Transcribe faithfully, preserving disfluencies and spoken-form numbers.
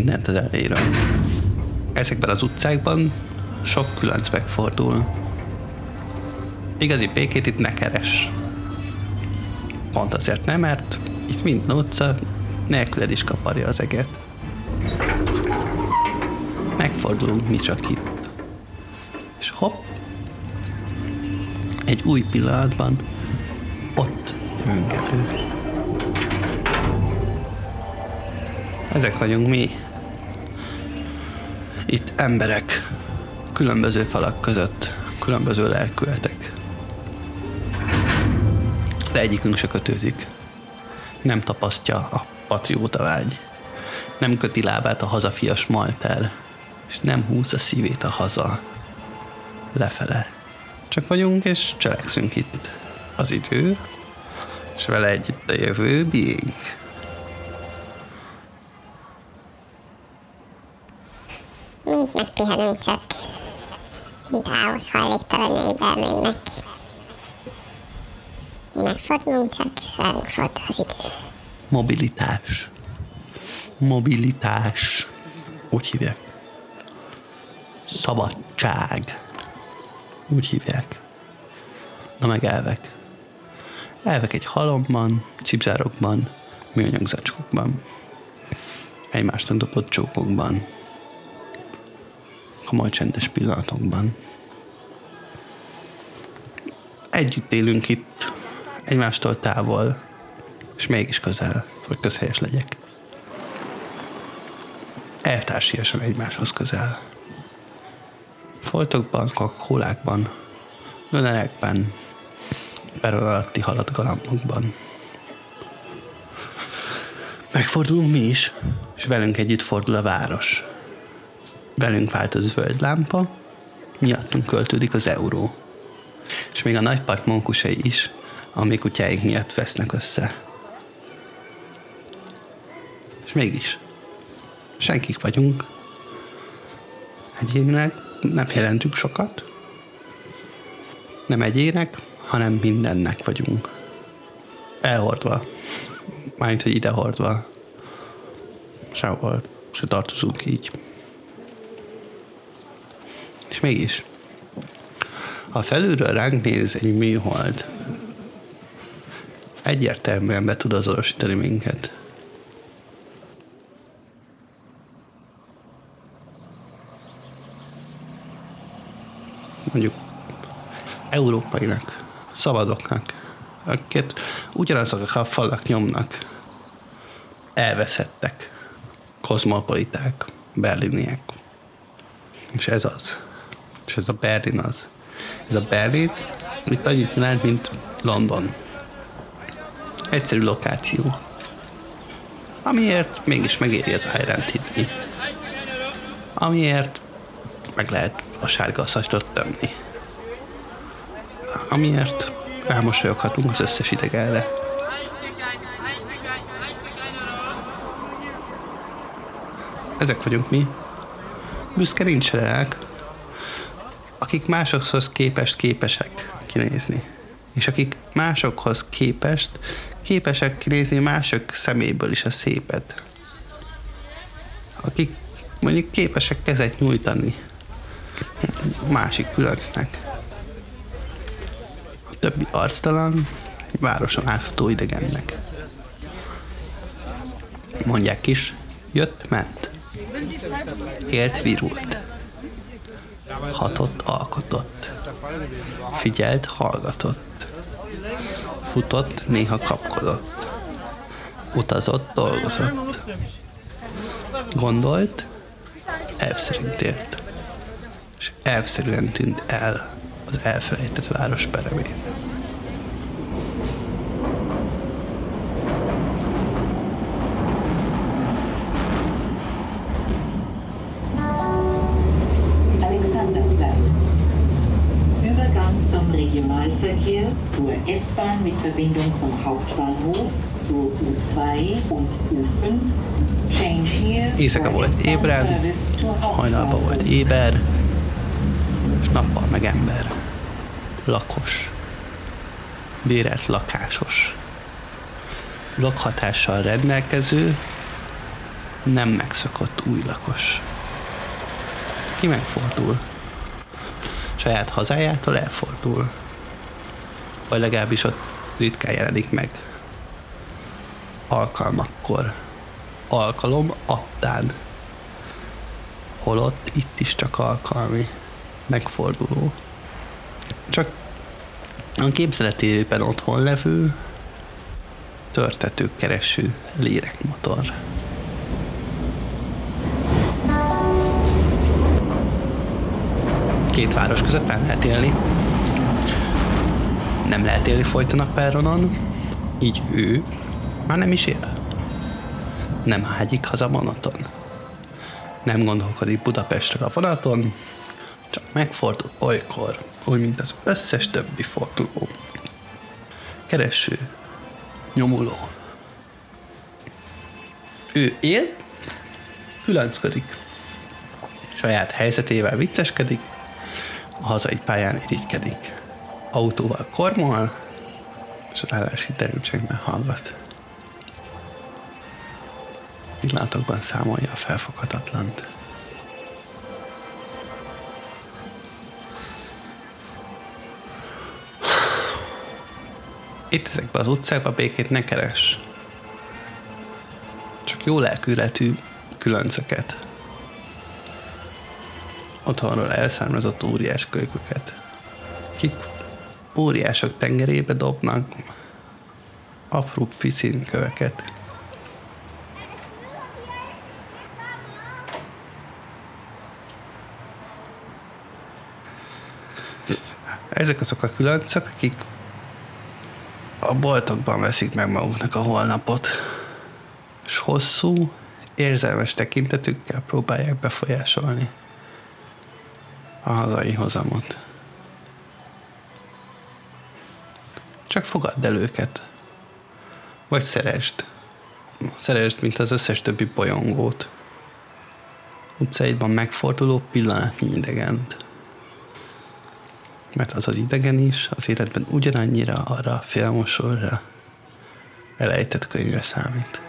mindent az elejéről. Ezekben az utcákban sok különc megfordul. Igazi békét itt ne keres. Pont azért nem, mert itt minden utca nélküled is kaparja az eget. Megfordulunk mi csak itt. És hopp, egy új pillanatban ott jövünk elő. Ezek vagyunk mi. Itt emberek, különböző falak között, különböző lelkületek. De egyikünk se kötődik. Nem tapasztja a patrióta vágy. Nem köti lábát a hazafias malter, és nem húzza szívét a haza lefele. Csak vagyunk és cselekszünk itt. Az idő, és vele együtt a jövő miénk. Mi így megpihenünk csak, mint állós hajléktalanjai Berlinnek. Mi megfordulunk csak, és velünk fordul az idő. Mobilitás. Mobilitás. Úgy hívják. Szabadság. Úgy hívják. Na meg elvek. Elvek egy halomban, cipzárokban, műanyag zacskókban. Egymásnak dobott csókokban. Komoly csendes pillanatokban. Együtt élünk itt, egymástól távol, és mégis közel, hogy közhelyes legyek. Elvtársiasan egymáshoz közel. Foltokban, kakólákban, dönerekben, perron alatti halat galambokban. Megfordulunk mi is, és velünk együtt fordul a város. Velünk vált a zöld lámpa, miattunk költődik az euró. És még a nagypark mókusai is, amik kutyáink miatt vesznek össze. És mégis, senkik vagyunk. Egyénileg nem jelentünk sokat. Nem egyének, hanem mindennek vagyunk. Elhordva. Mármint, hogy idehordva. Sehol se tartozunk így. És mégis, ha felülről ránk néz egy műhold, egyértelműen be tud azonosítani minket. Mondjuk európainak, szabadoknak, akiket ugyanazok a falak nyomnak, elveszettek, kozmopoliták, berliniek. És ez az. És ez a Berlin az. Ez a Berlin itt annyit jelent, mint London. Egyszerű lokáció. Amiért mégis megéri az Ájránt hinni. Amiért meg lehet a sárga aszastot tömni. Amiért rámosolyoghatunk az összes idegenre. Ezek vagyunk mi. Büszke nincs ránk, akik másokhoz képest képesek kinézni. És akik másokhoz képest képesek kinézni mások szeméből is a szépet. Akik mondjuk képesek kezet nyújtani másik különcnek. A többi arctalan, városon átfutó idegennek. Mondják is, jött, ment. Élt, virult. Hatott, alkotott. Figyelt, hallgatott. Futott, néha kapkodott. Utazott, dolgozott. Gondolt, elv szerint élt. És elvszerűen tűnt el az elfelejtett város peremén. Regionalverkehr zur S-Bahn mit Verbindung vom Hauptbahnhof zur U zwei und U fünf. Change here. Éjszaka volt ébren, hajnalban volt éber, és nappal meg ember. Lakos. Bérelt lakásos. Lakhatással rendelkező, Nem megszokott új lakos. Ki megfordul. Saját hazájától elfordul. Vagy legalábbis ott ritkán jelenik meg. Alkalmakkor. Alkalom attán. Holott itt is csak alkalmi. Megforduló. Csak a képzeletében otthon levő, törtetőkereső lérekmotor. Két város között nem lehet élni. Nem lehet élni folyton a perronon, így ő már nem is él. Nem hágyik haza vonaton. Nem gondolkodik Budapestről a vonaton, csak megfordul olykor, úgy, mint az összes többi forduló. Kereső, nyomuló. Ő él, különcködik. Saját helyzetével vicceskedik, a hazai pályán irigykedik. Autóval kormol, és az állási derültségben hallgat. Pillanatokban számolja a felfoghatatlant. Itt ezekben az utcákban békét ne keres. Csak jó lelkületű különcöket. Otthonról elszármazott óriás kölyköket, kik óriások tengerébe dobnak apró piszinköveket. Ezek azok a különcök, akik a boltokban veszik meg maguknak a holnapot, és hosszú, érzelmes tekintetükkel próbálják befolyásolni a hazai hozamot. Csak fogadd el őket. Vagy szeresd. Szeresd, mint az összes többi bolyongót. Utcáidban megforduló pillanatnyi idegent. Mert az az idegen is az életben ugyanannyira arra a félmosolra elejtett könyvre számít.